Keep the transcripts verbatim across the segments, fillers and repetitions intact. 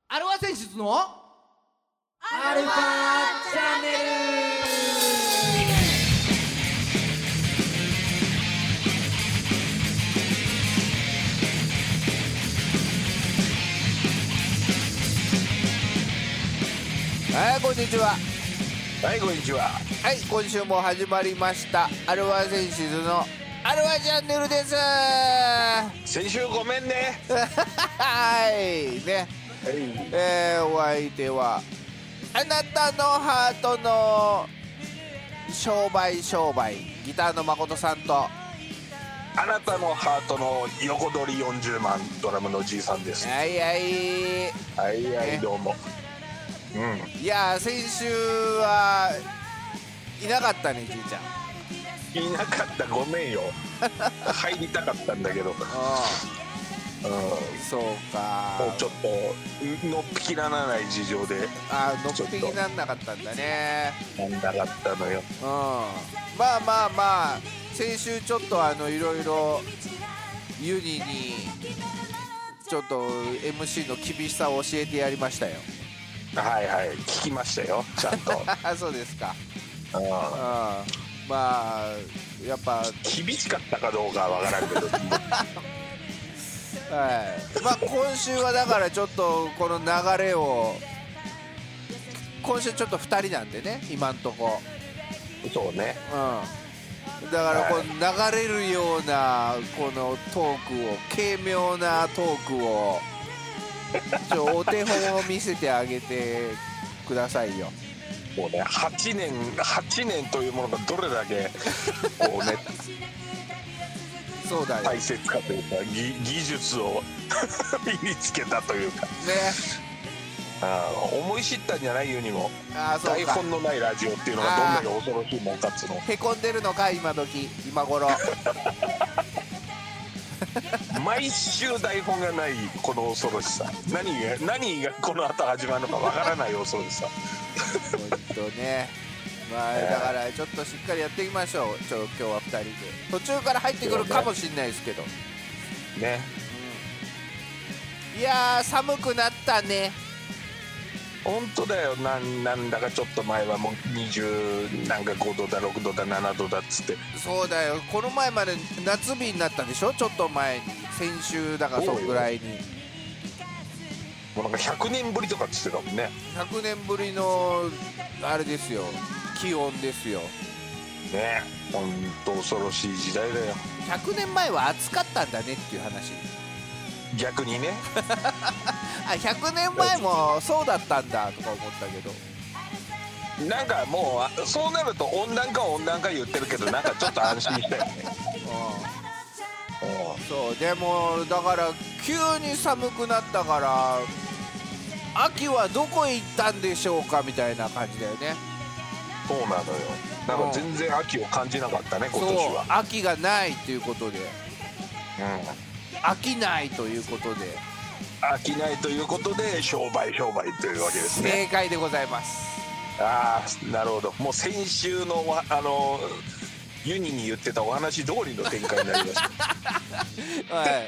アルファ選出のアルファチャンネル。 はい、こんにちは。 はい、こんにちは。 はい、今週も始まりましたアルファセンシズのアルファチャンネルです。 先週ごめんね。 はいね、 はい、 えー、お相手はあなたのハートの商売商売ギターの誠さんと、 あなたのハートの横取りよんじゅうまんドラムのじいさんです。 はいはいはいはい、 ね、 どうも。うん、 いやー、先週はいなかったね、じいちゃん。 いなかった、ごめんよ。入りたかったんだけど、うん、 そうか、 もうちょっとのっぴきらない事情で、 あー、のっぴきなんなかったんだね。 なんなかったのよ。 うん、まあまあまあ、先週ちょっとあのいろいろユニにちょっと エムシー の厳しさを教えてやりましたよ。 はいはい、聞きましたよ、ちゃんと。 そうですか。 うん、 うん、まあやっぱ厳しかったかどうかはわからんけど。 はい、まあ今週はだからちょっとこの流れを、今週ちょっとふたりなんでね、今んとこ。 そうね。 うん、だからこの流れるようなこのトークを、軽妙なトークをちょお手本を見せてあげてくださいよ。 もうね、はちねんはちねんというものがどれだけこうねそうだよ大切かというか、技技術を身につけたというかね。あ思い知ったんじゃないよにも。 あ、そうか、 台本のないラジオっていうのがどんだけ恐ろしいもんかっつうの。 へこんでるのか今時、今頃。 毎週台本がないこの恐ろしさ、何が何がこの後始まるのかわからない恐ろしさ。 本当ね、まあだからちょっとしっかりやっていきましょう。ちょ今日はふたりで途中から入ってくるかもしれないですけどね、 うん、いやー寒くなったね。 本当だよ。な ん, なんだかちょっと前はもうにじゅうなんかごどだろくどだななどだっつって。 そうだよ、この前まで夏日になったでしょ、ちょっと前に。先週だからそのぐらいにもうなんかひゃくねんぶりとかっつってたもんね。 ひゃくねんぶりのあれですよ、気温ですよね。ほんと恐ろしい時代だよ。 ひゃくねんまえは暑かったんだねっていう話。 逆にね。 あ、ひゃくねんまえもそうだったんだとか思ったけど、 なんかもうそうなると温暖化温暖化言ってるけど、なんかちょっと安心したよね。 うん、そうでもだから急に寒くなったから、秋はどこへ行ったんでしょうかみたいな感じだよね。 そうなのよ。なんか全然秋を感じなかったね、今年は。 そう、秋がないということで、 うん、 飽きないということで、 飽きないということで商売商売というわけですね。 正解でございます。 ああ、なるほど。もう先週のあのユニに言ってたお話通りの展開になりましたはい、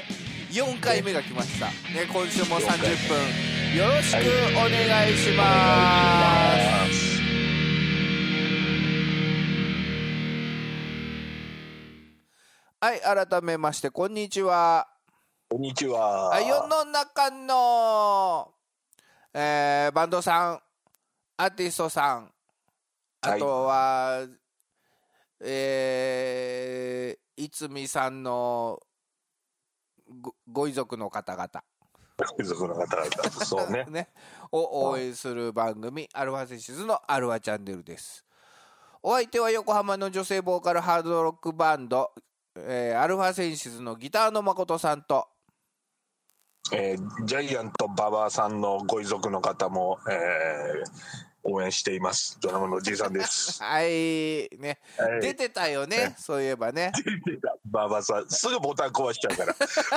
よんかいめが来ましたね。今週もさんじゅっぷんよろしくお願いします。はい、改めましてこんにちは。 こんにちは。 はい、世の中の、えー、バンドさん、アーティストさん、あとは、はい、えー、いつみさんの ご, ご遺族の方々 ご遺族の方々そうねねを応援する番組、アルファセンシズのアルファチャンネルです。お相手は横浜の女性ボーカルハードロックバンド、えー、アルファセンシズのギターの誠さんと、 えー、ジャイアント馬場さんのご遺族の方も、えー、応援していますドラムのじいさんです。 はいね、はい、出てたよね、ね、そういえばね。 出てた、馬場さんすぐボタン壊しちゃうから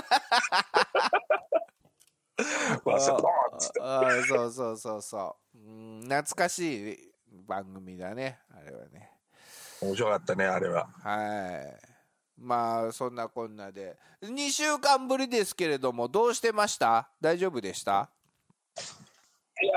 わさボーンっつって。 ああ、そうそうそうそう、うん、懐かしい番組だね、あれはね。 面白かったね、あれは。 はい、まあそんなこんなでにしゅうかんぶりですけれども、どうしてました？大丈夫でした？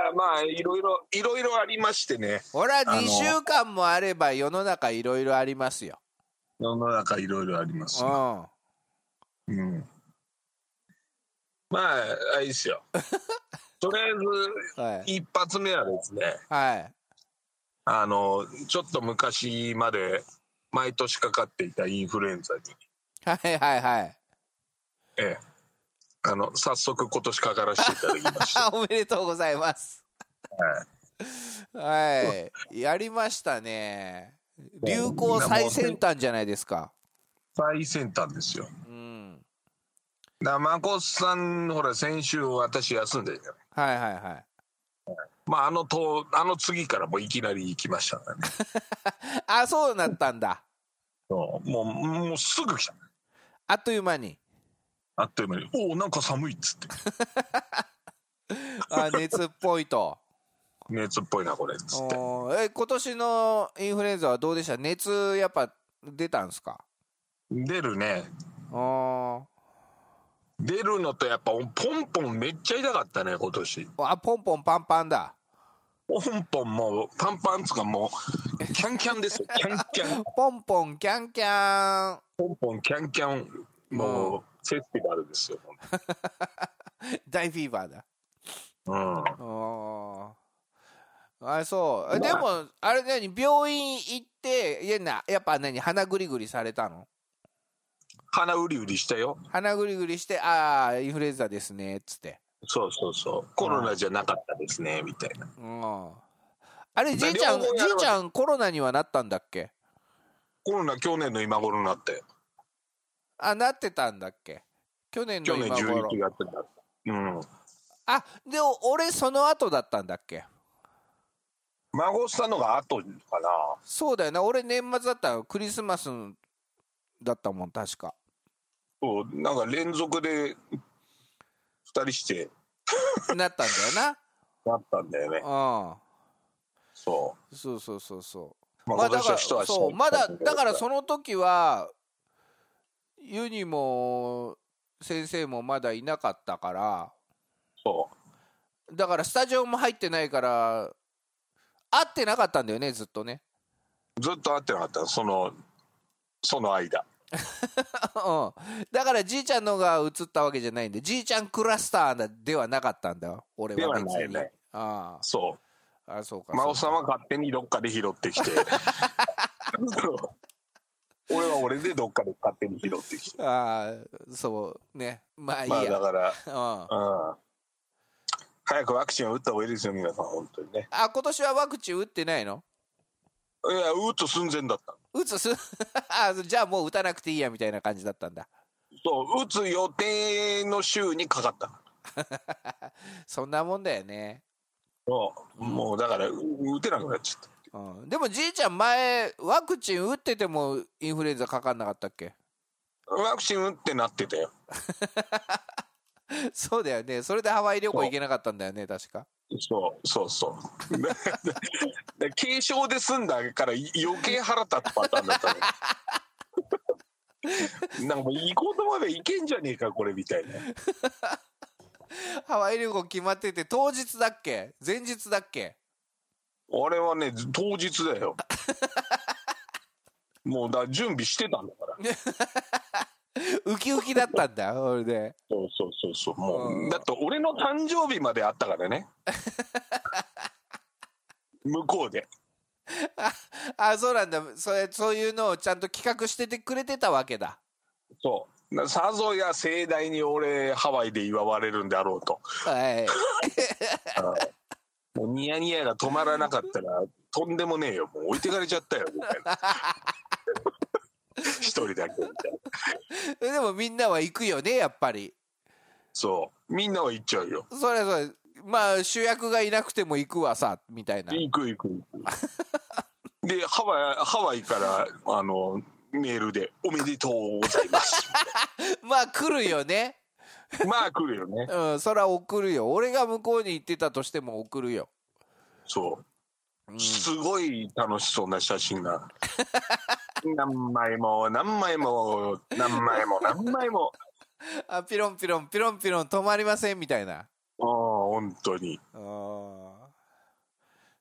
あまあいろいろいろいろありましてね。 ほらにしゅうかんもあれば世の中いろいろありますよ。 世の中いろいろありますよ。うん、うん、まああれですよとりあえず、はい、一発目はですね、はい、あのちょっと昔まで毎年かかっていたインフルエンザに、 はいはいはい、ええあの早速今年かからせていただきましたおめでとうございます。はい、はい、やりましたね。流行最先端じゃないですか。 最先端ですよ。うん。だまこさんほら先週私休んでるじゃない。はいはいはい。まああのとあの次からもういきなり行きましたからね。 あ、そうなったんだ。 そうもうもうすぐ来た。 あっという間に。 あっという間におおなんか寒いっつって。 あ熱っぽいと。 熱っぽいなこれっつって。 え今年のインフルエンザはどうでした？熱やっぱ出たんすか？ 出るね。あ出るのとやっぱポンポンめっちゃ痛かったね今年。 あポンポンパンパンだ。 ポンポンもうパンパンつかもうキャンキャンですよキャンキャン。 ポンポンキャンキャン。 ポンポンキャンキャンもうフェスティバルですよ。 大フィーバーだ。うん。ああそうでもあれ何病院行っていやなやっぱ何鼻ぐりぐりされたの？ 鼻うりうりしたよ。 鼻ぐりぐりしてああインフルエンザですねっつって。 そうそうそうコロナじゃなかったですねみたいな。うんあれじいちゃんじいちゃんコロナにはなったんだっけ？ コロナ去年の今頃になったよ。 あなってたんだっけ？去年の今頃。去年じゅういちがつになった。うん。あでも俺その後だったんだっけ？ 孫さんのが後かな。 そうだよな俺年末だったよクリスマスだったもん確か。 そうなんか連続でふたりしてなったんだよななったんだよね。ああそうそうそうそうそうまあだからそうまだだからその時はユニも先生もまだいなかったからそうだからスタジオも入ってないから会ってなかったんだよねずっとね。 ずっと会ってなかったそのその間、 うん、だからじいちゃんのが移ったわけじゃないんでじいちゃんクラスターではなかったんだ俺は別に。ではないね。ああそうあそうか真央さんは勝手にどっかで拾ってきて俺は俺でどっかで勝手に拾ってきてああそうねまあいいや、 まあ、だから、うんうん、早くワクチンを打った方がいいですよ皆さん本当にね。 あ今年はワクチン打ってないの？ いや打つ寸前だった。 打つすあじゃあもう打たなくていいやみたいな感じだったんだ。 そう打つ予定の週にかかったそんなもんだよね。 そう、うん、もうだから打てなくなっちゃった、 うん、でもじいちゃん前ワクチン打っててもインフルエンザかかんなかったっけ？ ワクチン打ってなってたよそうだよねそれでハワイ旅行行けなかったんだよね確か。 そうそうそう軽症で済んだから余計腹立つパターンだったのなんか行こうと思えば行けんじゃねえかこれみたいなハワイ旅行決まってて当日だっけ前日だっけ？ あれはね当日だよもうだ準備してたんだからウキウキだったんだ俺で。 そうそうそうそうもう、うん、だって俺の誕生日まであったからね向こうでああそうなんだそれそういうのをちゃんと企画しててくれてたわけだ。 そうさぞや盛大に俺ハワイで祝われるんであろうとはいもうニヤニヤが止まらなかったらとんでもねえよもう置いてかれちゃったよみたいな一人だけみたいなでもみんなは行くよねやっぱり。 そうみんなは行っちゃうよ。 それそれまあ主役がいなくても行くわさみたいな。 行く行く行くでハワイハワイからあのメールでおめでとうございますまあ来るよねまあ来るよねうんそら送るよ俺が向こうに行ってたとしても送るよ。 そう、うん、すごい楽しそうな写真が何枚も何枚も何枚も何枚もあピロンピロンピロンピロン止まりませんみたいな。ああ本当にあ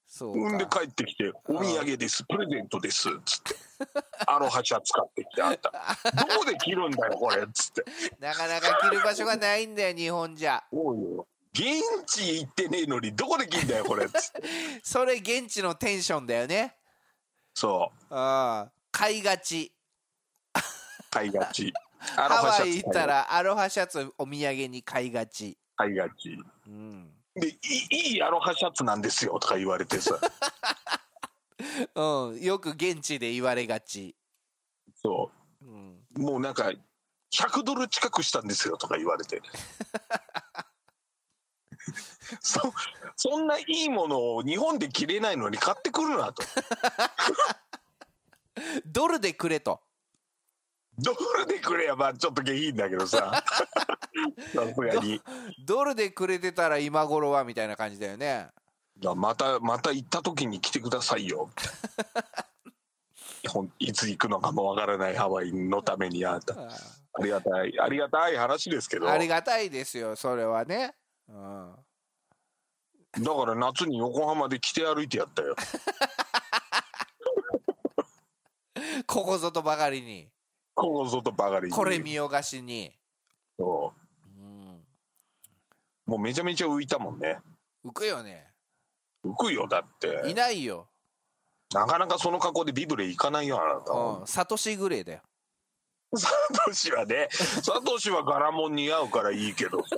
そうか。 んで帰ってきて「お土産です、プレゼントです」っつってアロハシャツ買ってきてあったどこで着るんだよこれっつってなかなか着る場所がないんだよ日本じゃ。 そうよ、現地行ってねえのにどこで着んだよこれっつってそれ現地のテンションだよね。 そうああ、買いがち。 買いがちハワイ行ったらアロハシャツお土産に買いがち。 買いがち、うん、でいい、いいアロハシャツなんですよとか言われてさうん、よく現地で言われがち。 そう、うん、もうなんかひゃくドル近くしたんですよとか言われてそ, そんないいものを日本で着れないのに買ってくるなとドルでくれと。 ドルでくれやまあちょっと下品だけどささすがにド, ドルでくれてたら今頃はみたいな感じだよね。 またまた行った時に来てくださいよいつ行くのかもわからないハワイのためにあったありがたいありがたい話ですけど。 ありがたいですよそれはね、うん、 だから夏に横浜で着て歩いてやったよここぞとばかりにここぞとばかりにこれ見よがしに。 そう、うん、もうめちゃめちゃ浮いたもんね。 浮くよね。 浮くよだっていないよなかなかその格好でビブレ行かないよあなた。 うん、サトシグレーだよ。 サトシはねサトシは柄も似合うからいいけどさ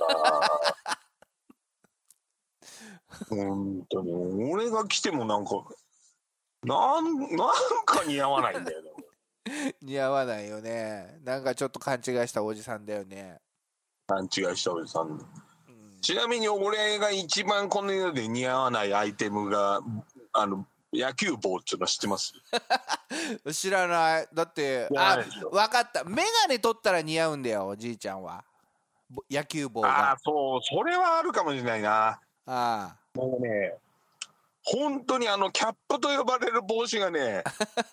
本当に俺が来てもなんかなんなんか似合わないんだよね似合わないよね。なんかちょっと勘違いしたおじさんだよね。 勘違いしたおじさん、うん、ちなみに俺が一番この世で似合わないアイテムがあの野球帽っていうの知ってます知らない。だってあ分かった、メガネ取ったら似合うんだよおじいちゃんは野球帽が。 ああそうそれはあるかもしれないな。ああもうね本当にあのキャップと呼ばれる帽子がね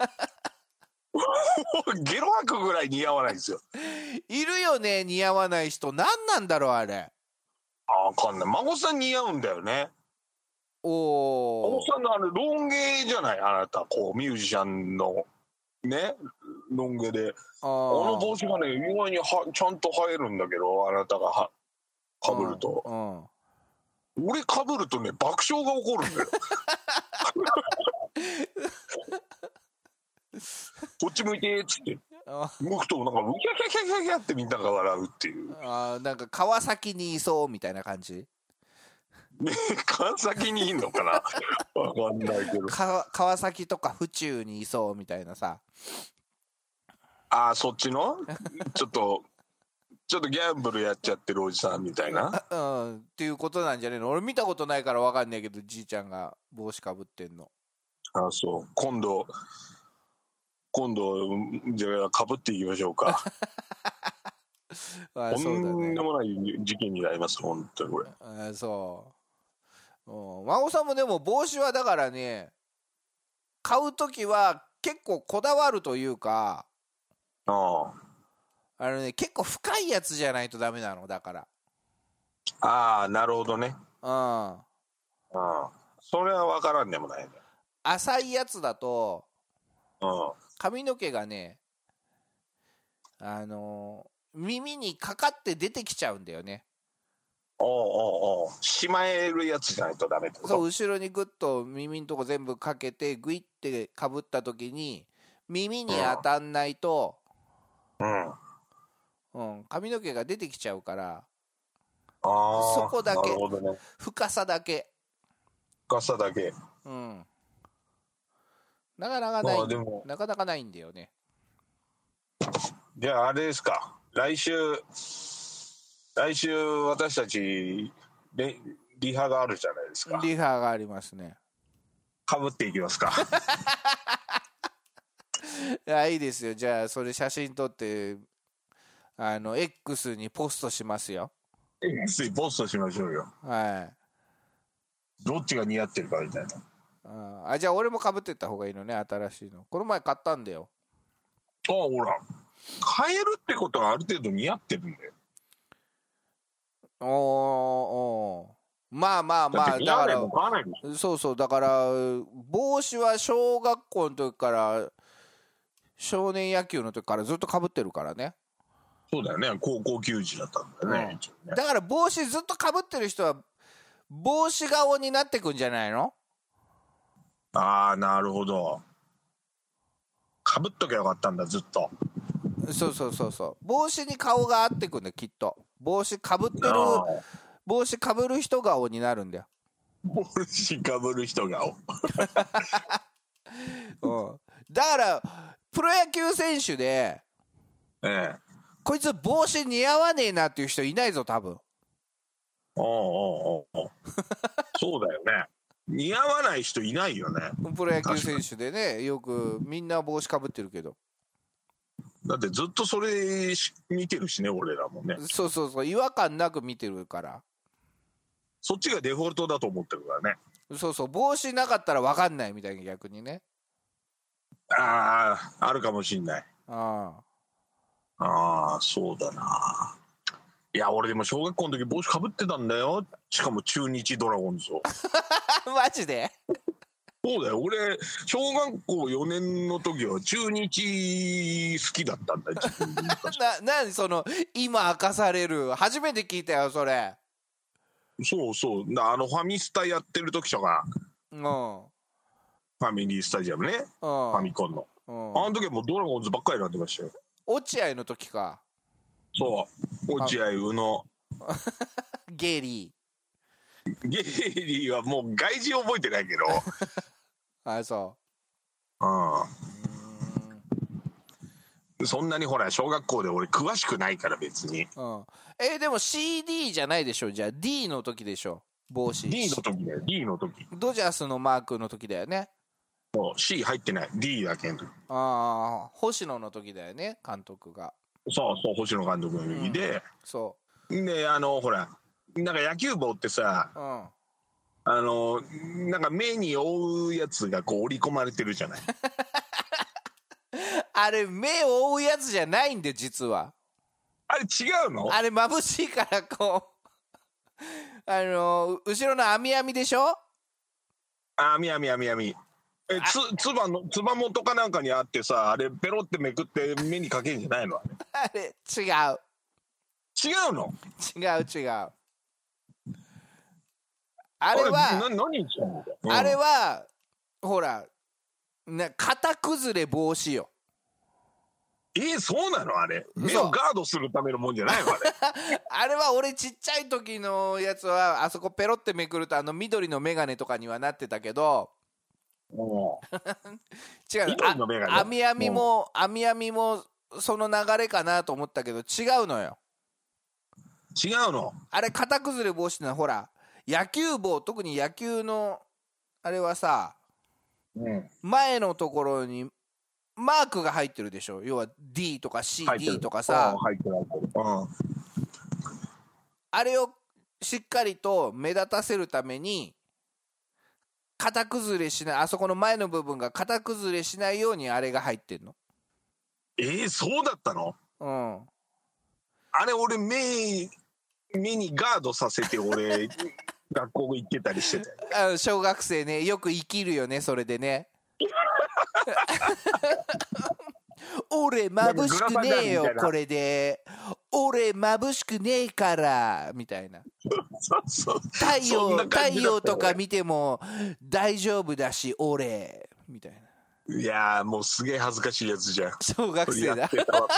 ゲロ吐くぐらい似合わないんですよ。 いるよね似合わない人。何なんだろうあれ。 あ分かんない。孫さん似合うんだよね。 おお。 孫さんのあのロン毛じゃないあなた。こうミュージシャンのねロン毛で あ, あの帽子がね意外にはちゃんと生えるんだけどあなたがはかぶると、うんうん、俺かぶるとね爆笑が起こるんだよこっち向いてっつって向くとなんかウキャキャキャキャキャってみんなが笑うっていう。 あなんか川崎にいそうみたいな感じね川崎にいんのかなわかんないけど川崎とか府中にいそうみたいなさ。 ああそっちのちょっとちょっとギャンブルやっちゃってるおじさんみたいなうんっていうことなんじゃねえの。俺見たことないからわかんないけどじいちゃんが帽子かぶってんの。 ああそう今度今度じゃあかぶっていきましょうかああそうだね、とんでもない事件になります本当にこれ。 ああそう孫さんもでも帽子はだからね買うときは結構こだわるというかああのね結構深いやつじゃないとダメなのだから。 ああなるほどね。 うんああそれは分からんでもないね。 浅いやつだとうん髪の毛がねあのー、耳にかかって出てきちゃうんだよね。 おうおうおうしまえるやつじゃないとダメってこと。 そう後ろにグッと耳のとこ全部かけてグイってかぶった時に耳に当たんないと、うんうん、髪の毛が出てきちゃうからあそこだけ、ね、深さだけ深さだけ、 うん、なかなかない、まあ、でもなかなかないんだよね。 じゃああれですか来週来週私たちリ, リハがあるじゃないですか。 リハがありますね。 かぶっていきますかいやいいですよ。じゃあそれ写真撮ってあの X にポストしますよ。 X にポストしましょうよ。 はいどっちが似合ってるかみたいな。 ああじゃあ俺もかぶってった方がいいのね新しいの。この前買ったんだよ。 ああほら変えるってことはある程度似合ってるんだよ。 おーおまあまあまあ、だからそうそう、だから帽子は小学校の時から少年野球の時からずっと被ってるからね。 そうだよね、高校球児だったんだよね、 うん、だから帽子ずっと被ってる人は帽子顔になってくんじゃないの？ ああ、なるほど。被っときゃよかったんだ、ずっと。 そうそうそうそう、帽子に顔が合ってくんだよきっと。帽子かぶってる、帽子かぶる人顔になるんだよ。 帽子かぶる人顔、 うん、だからプロ野球選手で、 ええ、 こいつ帽子似合わねえなっていう人いないぞ多分。 おうおうおうそうだよね、似合わない人いないよね。 プロ野球選手でね、よくみんな帽子かぶってるけど、 だってずっとそれ見てるしね、俺らもね。 そうそうそう、違和感なく見てるから。 そっちがデフォルトだと思ってるからね。 そうそう、帽子なかったら分かんないみたいな、逆にね。 ああ、あるかもしんない。 ああああ、そうだな。いや、俺でも小学校の時帽子かぶってたんだよ。しかも中日ドラゴンズをマジで？ そうだよ、俺小学校よねんの時は中日好きだったんだ自分な、何その今明かされる、初めて聞いたよそれ。 そうそう、あのファミスタやってる時とか、 うん、 ファミリースタジアムね、うん、ファミコンの、うん、あの時はもうドラゴンズばっかり選んでましたよ。 落合の時か。 そう落合、宇野ゲリーゲリーはもう外人覚えてないけどあ、そう、 うん、そんなにほら小学校で俺詳しくないから別に、 うん、えー、でも シーディー じゃないでしょ、じゃあ D の時でしょ帽子。 D の時だよ、 D の時、 ドジャースのマークの時だよね。 そう C 入ってない、 D だけの時。 ああ、星野の時だよね、監督が。 そうそう、星野監督の時で、うん、 そうで、あのほらなんか野球帽ってさ、うん、あのなんか目に覆うやつがこう織り込まれてるじゃないあれ目を覆うやつじゃないんで実は。 あれ違うの？ あれ眩しいからこうあの後ろの網網でしょ。 網網網網えつつばのつば元かなんかにあってさ、あれペロってめくって目にかけるんじゃないの？ あれ違う違うの？ 違う違う。あれはあれ何に使うんだ、 うん、あれはほらな、型崩れ防止よ。 えー、そうなの？あれ目をガードするためのもんじゃないの？あれあれは俺ちっちゃい時のやつはあそこペロってめくるとあの緑のメガネとかにはなってたけど違う、網網も網網もその流れかなと思ったけど違うのよ。 違うの？ あれ型崩れ防止ってのはほら野球帽、特に野球のあれはさ、うん、前のところにマークが入ってるでしょ。要は D とか シーディー とかさ、 入ってる入ってる、うん、 あれをしっかりと目立たせるために型崩れしない、あそこの前の部分が型崩れしないようにあれが入ってんの。 えー、そうだったの？うん。あれ俺目目にガードさせて俺学校行ってたりしてたよ。 小学生ね、よく生きるよねそれでね俺眩しくねえよこれで、俺眩しくねえからみたいなそうそう太陽太陽とか見ても大丈夫だし俺みたいな。 いやーもうすげえ恥ずかしいやつじゃん。 小学生だ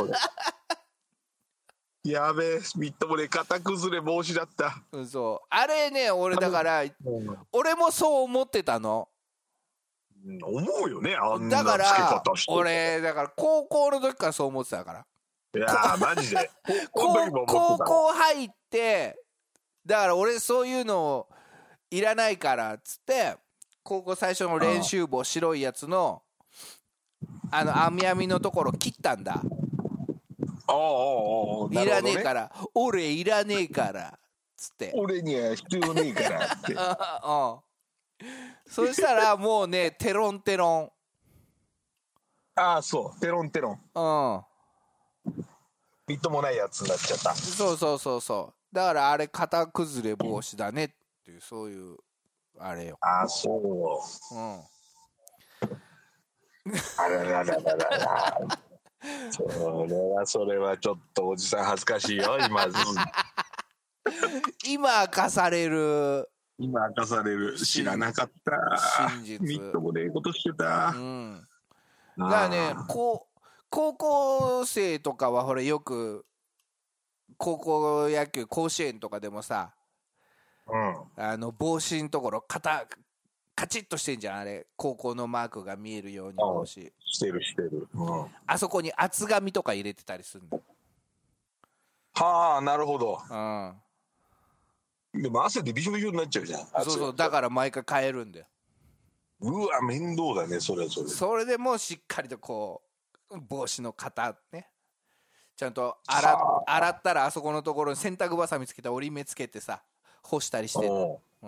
やべえ、みっともね型崩れ防止だった。 そうあれね、俺だから俺もそう思ってたの。 思うよね、あんな付け方して。 俺だから高校の時からそう思ってたから。 いやーマジで高, 高校入ってだから俺そういうのいらないからっつって高校最初の練習帽白いやつのあの網網のところ切ったんだ。 ああああ、 いらねえから、俺いらねえからっつって俺には必要ねえからってあそしたらもうねテロンテロン。 ああそうテロンテロン、うん、みっともないやつになっちゃった。 そうそうそうそう、だからあれ型崩れ防止だねってっていう、そういうあれよ。 あ、そう。うん。あらららららら。それはそれはちょっとおじさん恥ずかしいよ今。 今明かされる。 今明かされる。知らなかった。 真実。 みっともねえことしてた。うん。 だからね、こう高校生とかはほらよく高校野球甲子園とかでもさ、うん、あの帽子のところ肩カチッとしてんじゃん、あれ高校のマークが見えるように帽子してるしてる、うん、 あそこに厚紙とか入れてたりするの。 はあ、なるほど。うん、でも汗でびしょびしょになっちゃうじゃん。 そうそう、だから毎回変えるんだよ。 うわ面倒だねそれはそれ。 それでもしっかりとこう帽子の型ねちゃんと 洗, 洗ったらあそこのところに洗濯ばさみつけて折り目つけてさ干したりしてる、うん、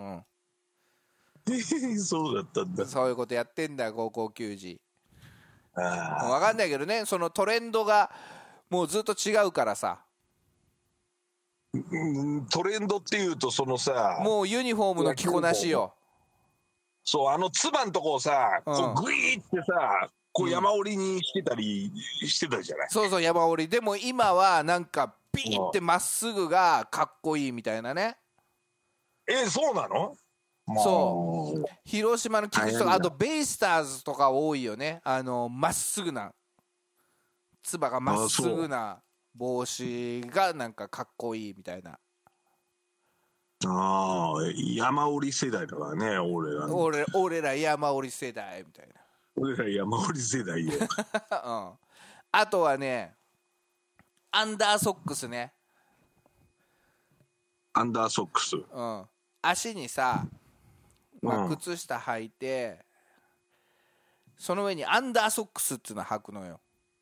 そうだったんだ。 そういうことやってんだ高校球児。あ分かんないけどね、そのトレンドがもうずっと違うからさ。 トレンドっていうとそのさもうユニフォームの着こなしよ。 そうあのつばんとこをさ、うん、こうグイーってさこう山折りにしてたりしてたじゃない、うん、 そうそう山折り。でも今はなんかピーってまっすぐがかっこいいみたいなね。 えそうなの？ そう広島の菊池とかあとベイスターズとか多いよね。あのまっすぐなつばがまっすぐな帽子がなんかかっこいいみたいな。 ああ山折り世代だからね俺ら俺俺ら山折り世代みたいな。 俺ら山折り世代よ、うん、 あとはねアンダーソックスね。 アンダーソックス、 うん、足にさ、まあ、靴下履いて、うん、その上にアンダーソックスっていうの履くのよ。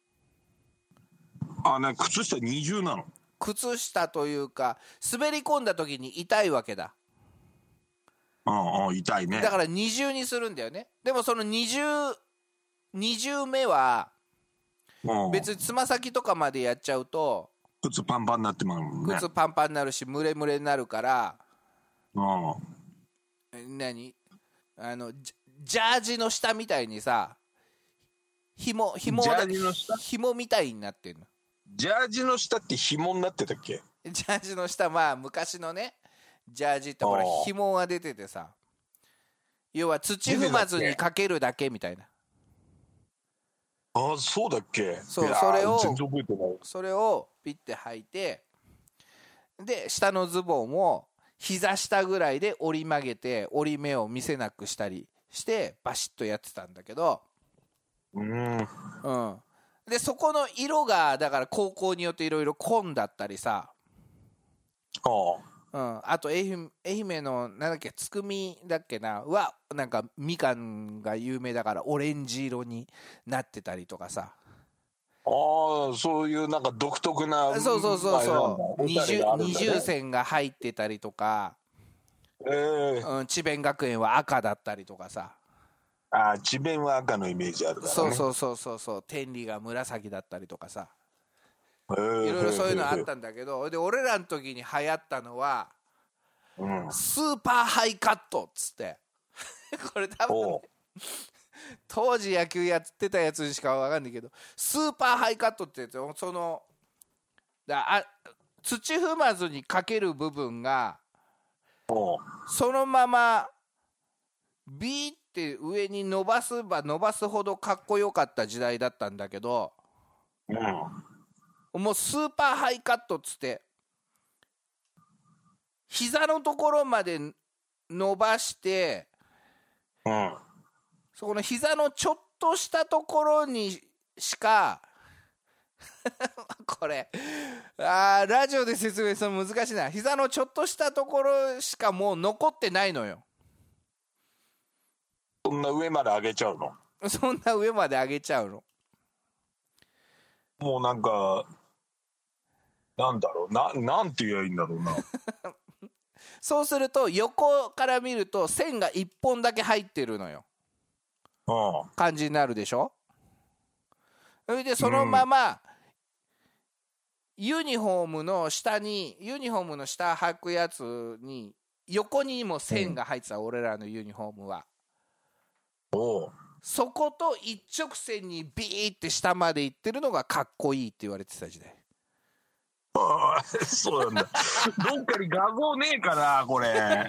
あ、ね、靴下二重なの？ 靴下というか滑り込んだ時に痛いわけだ。 ああ痛いね。 だから二重にするんだよね。でもその二重二重目は別につま先とかまでやっちゃうと靴パンパンになってまうもんね。 靴パンパンになるしムレムレになるから。ああ何あのジャージの下みたいにさ紐紐だ紐みたいになってるの。 ジャージの下って紐になってたっけ？ ジャージの下まあ昔のねジャージってほら紐が出ててさ、要は土踏まずにかけるだけみたいな。 ああそうだっけ？ そうそれを全然覚えてない。それをピッて履いてで下のズボンを膝下ぐらいで折り曲げて折り目を見せなくしたりしてバシッとやってたんだけど、うん、うん、でそこの色がだから高校によっていろいろ紺だったりさ、あ、うん、あと愛媛、愛媛のなんだっけつくみだっけなはなんかみかんが有名だからオレンジ色になってたりとかさ。 ああそういうなんか独特な。 そうそうそうそう二重、ね、二重線が入ってたりとか、えーうん、智弁学園は赤だったりとかさ。 ああ智弁は赤のイメージあるからね。 そうそうそうそうそう天理が紫だったりとかさ、えー、いろいろそういうのあったんだけど、で俺らの時に流行ったのは、うん、スーパーハイカットっつってこれ多分、ね、当時野球やってたやつにしか分かんないけどスーパーハイカットって言ってそのだあ土踏まずにかける部分がそのままビーって上に伸ばせば伸ばすほどかっこよかった時代だったんだけど、うん、もうスーパーハイカットっつって膝のところまで伸ばして、うん、そこの膝のちょっとしたところにしかこれあラジオで説明するの難しいな。膝のちょっとしたところしかもう残ってないのよ。 そんな上まで上げちゃうの？ そんな上まで上げちゃうの。 もうなんかなんだろうな、なんて言えばいいんだろうなそうすると横から見ると線がいっぽんだけ入ってるのよ、ああ感じになるでしょ。それでそのまま、うん、ユニフォームの下にユニフォームの下履くやつに横にも線が入ってた、うん、俺らのユニフォームは。 おう、そこと一直線にビーって下まで行ってるのがかっこいいって言われてた時代。 ああ、そうなんだ。どっかに画像ねえかなこれ。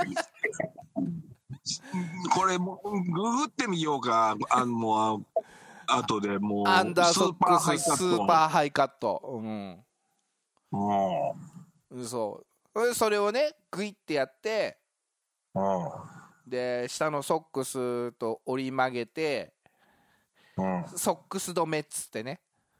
これもうググってみようか。あのもう後でもうアンダーソックススーパーハイカット。うん。 うん。 そう。それをねグイってやって、 うん。 で下のソックスと折り曲げて、 うん、 ソックス止めっつってね。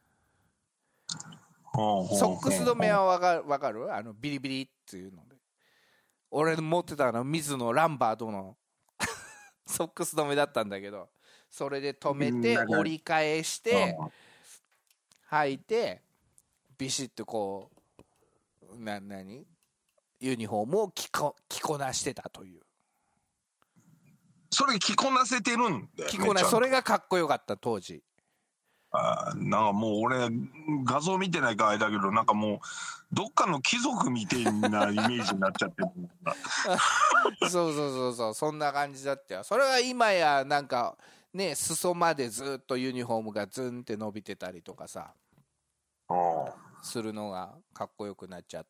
ソックス止めは分かる、分かる？あのビリビリっていうので。俺持ってたの水野ランバートのソックス止めだったんだけど、それで止めて折り返して履いてビシッとこうな何ユニフォームを着こ、着こなしてたという。 それ着こなせてるんだよね。 着こなそれがかっこよかった当時。 あ、なんかもう俺画像見てないからあれだけど、なんかもうどっかの貴族みたいなイメージになっちゃってるそうそうそうそう、そんな感じだったよ。それは今やなんかね、裾までずっとユニフォームがズンって伸びてたりとかさするのがかっこよくなっちゃって。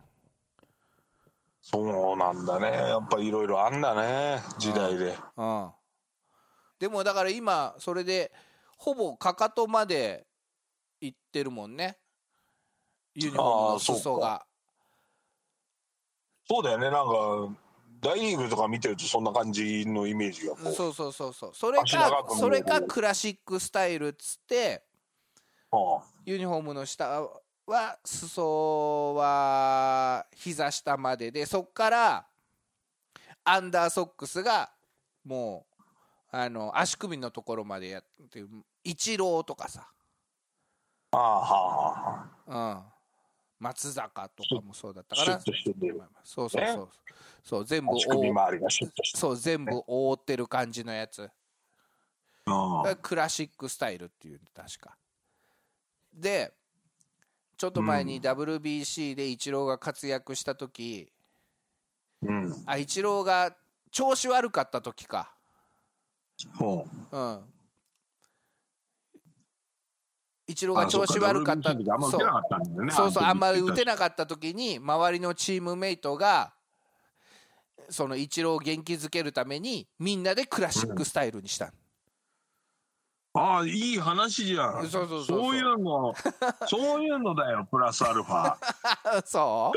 そうなんだね、やっぱいろいろあんだね時代で。 うん、うん、でもだから今それでほぼかかとまでいってるもんね、ユニフォームの裾が。 そうだよね、なんか大リーグとか見てるとそんな感じのイメージがこう。 そうそうそうそう、それかそれかクラシックスタイルっつって、ああユニフォームの下は裾は膝下までで、そっからアンダーソックスがもうあの足首のところまでやってイチローとかさ、 ああはあはあ、うん、松坂とかもそうだったから、そうそうそうそう、そう全部そう全部覆ってる感じのやつ、クラシックスタイルっていう確かで、ちょっと前に ダブリュービーシー でイチローが活躍した時、うん、あイチローが調子悪かった時か、 ほう、うん、 イチローが調子悪かった、そうそう、あんまり打てなかった時に周りのチームメイトがそのイチローを元気づけるためにみんなでクラシックスタイルにした、うん、 ああいい話じゃん。そうそうそうそう、そういうのそういうのだよプラスアルファそう、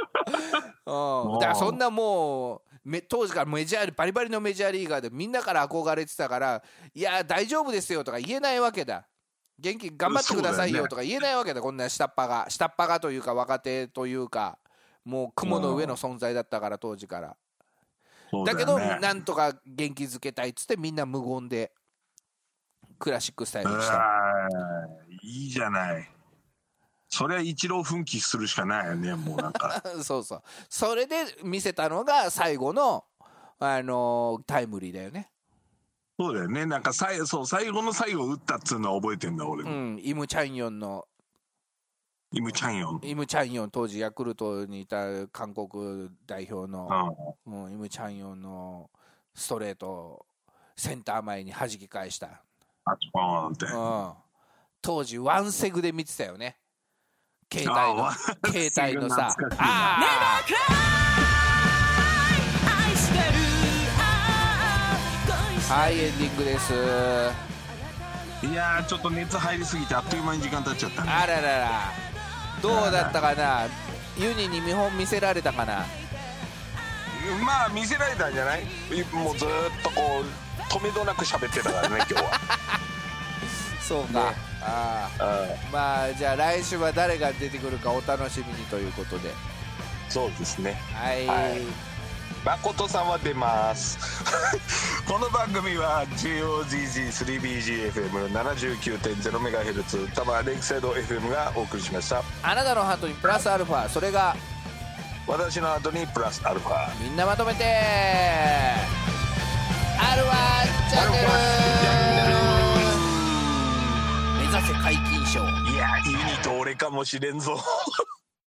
うん、だからそんなもう当時からメジャーバリバリのメジャーリーガーでみんなから憧れてたから、いや大丈夫ですよとか言えないわけだ、元気頑張ってくださいよとか言えないわけだ、こんな下っ端が下っ端がというか若手というかもう雲の上の存在だったから当時から、だ, だけどなんとか元気づけたいっつってみんな無言でクラシックスタイルにした。 いいじゃない、それはイチロー奮起するしかないよね、もうなんかそうそう、それで見せたのが最後の、あのー、タイムリーだよね。 そうだよね、なんかさいそう最後の最後打ったっつうのは覚えてんだ俺も、 うん、イム・チャンヨンのイム・チャンヨンイム・チャンヨン当時ヤクルトにいた韓国代表の、うんうん、イム・チャンヨンのストレートセンター前に弾き返した、 あちぽんって、うん、 当時ワンセグで見てたよね、携帯の携帯のさあはい、エンディングです。 いやーちょっと熱入りすぎてあっという間に時間経っちゃったね。 あららら、どうだったかな、ユニに見本見せられたかな。 まあ見せられたんじゃない、もうずっとこう止めどなく喋ってたからね今日はそうか、ね、ああ、まあじゃあ来週は誰が出てくるかお楽しみにということで。 そうですね、 はい、はい、 誠さんは出ますこの番組は ジェイオージージースリービージーエフエムななじゅうきゅうてんゼロメガヘルツ 多摩レイクサイド エフエム がお送りしました。 あなたのハートにプラスアルファ、それが私のハートにプラスアルファ、 みんなまとめてアルファチャンネル目指せ解禁賞。 いやユニと俺かもしれんぞ